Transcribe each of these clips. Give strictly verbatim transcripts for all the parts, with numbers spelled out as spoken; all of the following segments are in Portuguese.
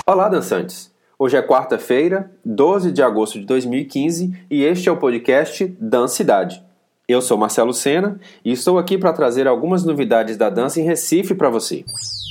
Olá, dançantes! Hoje é quarta-feira, doze de agosto de dois mil e quinze e este é o podcast Dancidade. Eu sou Marcelo Sena e estou aqui para trazer algumas novidades da dança em Recife para você.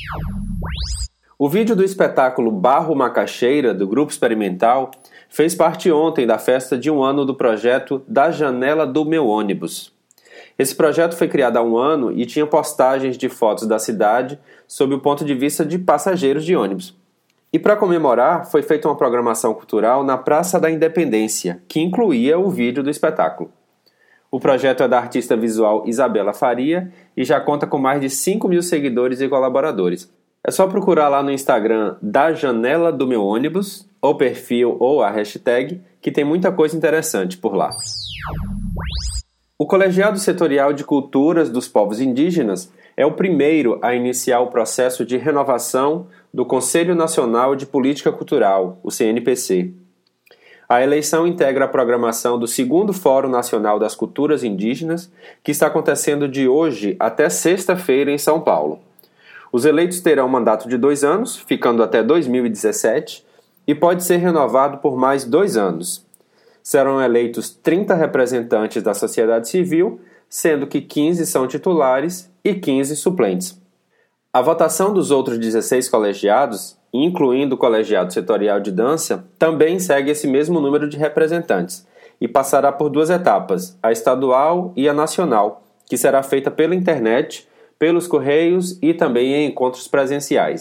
O vídeo do espetáculo Barro Macaxeira, do Grupo Experimental, fez parte ontem da festa de um ano do projeto Da Janela do Meu Ônibus. Esse projeto foi criado há um ano e tinha postagens de fotos da cidade sob o ponto de vista de passageiros de ônibus. E para comemorar, foi feita uma programação cultural na Praça da Independência, que incluía o vídeo do espetáculo. O projeto é da artista visual Isabela Faria e já conta com mais de cinco mil seguidores e colaboradores. É só procurar lá no Instagram Da Janela do Meu Ônibus, ou perfil ou a hashtag, que tem muita coisa interessante por lá. O Colegiado Setorial de Culturas dos Povos Indígenas é o primeiro a iniciar o processo de renovação do Conselho Nacional de Política Cultural, o C N P C. A eleição integra a programação do segundo Fórum Nacional das Culturas Indígenas, que está acontecendo de hoje até sexta-feira em São Paulo. Os eleitos terão um mandato de dois anos, ficando até dois mil e dezessete, e pode ser renovado por mais dois anos. Serão eleitos trinta representantes da sociedade civil, sendo que quinze são titulares e quinze suplentes. A votação dos outros dezesseis colegiados, incluindo o Colegiado Setorial de Dança, também segue esse mesmo número de representantes e passará por duas etapas, a estadual e a nacional, que será feita pela internet, pelos correios e também em encontros presenciais.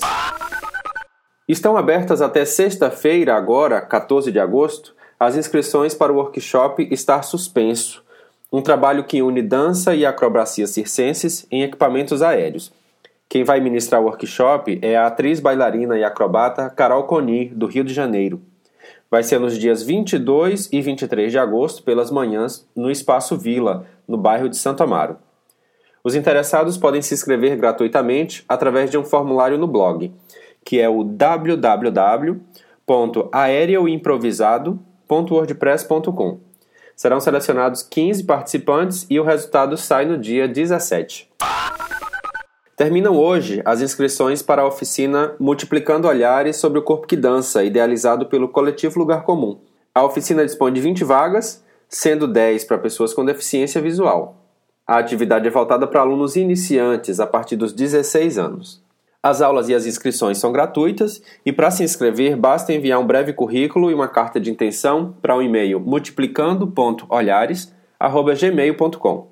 Estão abertas até sexta-feira, agora, quatorze de agosto, as inscrições para o workshop Estar Suspenso, um trabalho que une dança e acrobacias circenses em equipamentos aéreos. Quem vai ministrar o workshop é a atriz, bailarina e acrobata Carol Coni, do Rio de Janeiro. Vai ser nos dias vinte e dois e vinte e três de agosto, pelas manhãs, no Espaço Vila, no bairro de Santo Amaro. Os interessados podem se inscrever gratuitamente através de um formulário no blog, que é o w w w ponto aereoimprovisado ponto wordpress ponto com. Serão selecionados quinze participantes e o resultado sai no dia dezessete. Terminam hoje as inscrições para a oficina Multiplicando Olhares sobre o Corpo que Dança, idealizado pelo Coletivo Lugar Comum. A oficina dispõe de vinte vagas, sendo dez para pessoas com deficiência visual. A atividade é voltada para alunos iniciantes a partir dos dezesseis anos. As aulas e as inscrições são gratuitas e para se inscrever basta enviar um breve currículo e uma carta de intenção para o e-mail multiplicando ponto olhares arroba gmail ponto com.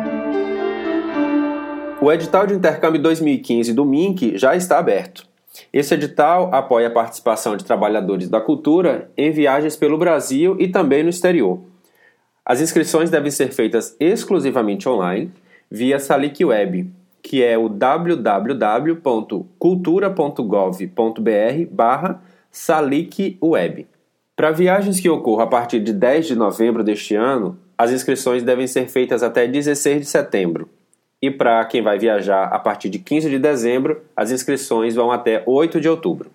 O edital de intercâmbio dois mil e quinze do M I N C já está aberto. Esse edital apoia a participação de trabalhadores da cultura em viagens pelo Brasil e também no exterior. As inscrições devem ser feitas exclusivamente online via Salic Web, que é o w w w ponto cultura ponto gov ponto b r barra Salic Web. Para viagens que ocorram a partir de dez de novembro deste ano, as inscrições devem ser feitas até dezesseis de setembro. E para quem vai viajar a partir de quinze de dezembro, as inscrições vão até oito de outubro.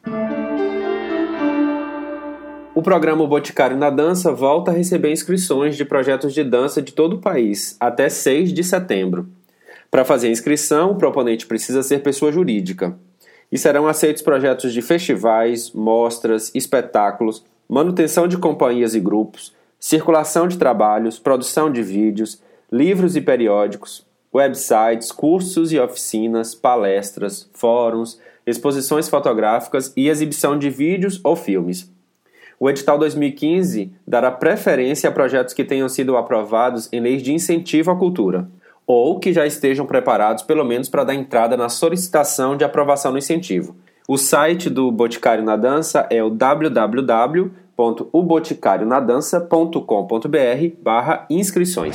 O programa Boticário na Dança volta a receber inscrições de projetos de dança de todo o país, até seis de setembro. Para fazer a inscrição, o proponente precisa ser pessoa jurídica. E serão aceitos projetos de festivais, mostras, espetáculos, manutenção de companhias e grupos, circulação de trabalhos, produção de vídeos, livros e periódicos, websites, cursos e oficinas, palestras, fóruns, exposições fotográficas e exibição de vídeos ou filmes. O edital dois mil e quinze dará preferência a projetos que tenham sido aprovados em leis de incentivo à cultura, ou que já estejam preparados pelo menos para dar entrada na solicitação de aprovação no incentivo. O site do Boticário na Dança é o w w w ponto o boticário na dança ponto com ponto b r barra inscrições.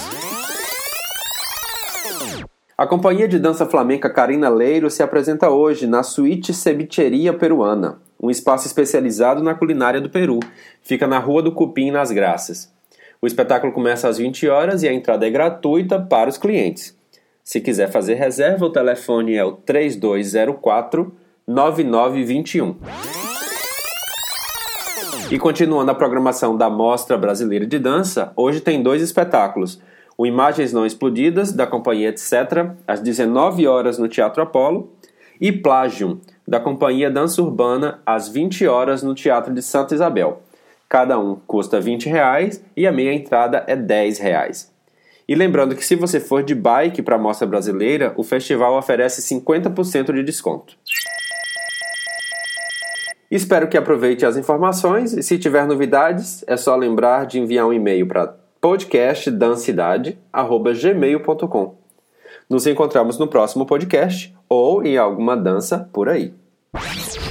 A companhia de dança flamenca Carina Leiro se apresenta hoje na Suíte Cevicheria Peruana, um espaço especializado na culinária do Peru. Fica na Rua do Cupim, nas Graças. O espetáculo começa às vinte horas e a entrada é gratuita para os clientes. Se quiser fazer reserva, o telefone é o três dois zero quatro, nove nove dois um. E continuando a programação da Mostra Brasileira de Dança, hoje tem dois espetáculos. O Imagens Não Explodidas, da companhia Etc., às dezenove horas no Teatro Apolo, e Plágio, da companhia Dança Urbana às vinte horas no Teatro de Santa Isabel. Cada um custa vinte reais e a meia entrada é dez reais. E lembrando que se você for de bike para a Mostra Brasileira, o festival oferece cinquenta por cento de desconto. Espero que aproveite as informações e se tiver novidades, é só lembrar de enviar um e-mail para podcast dancidade arroba gmail ponto com. Nos encontramos no próximo podcast ou em alguma dança por aí.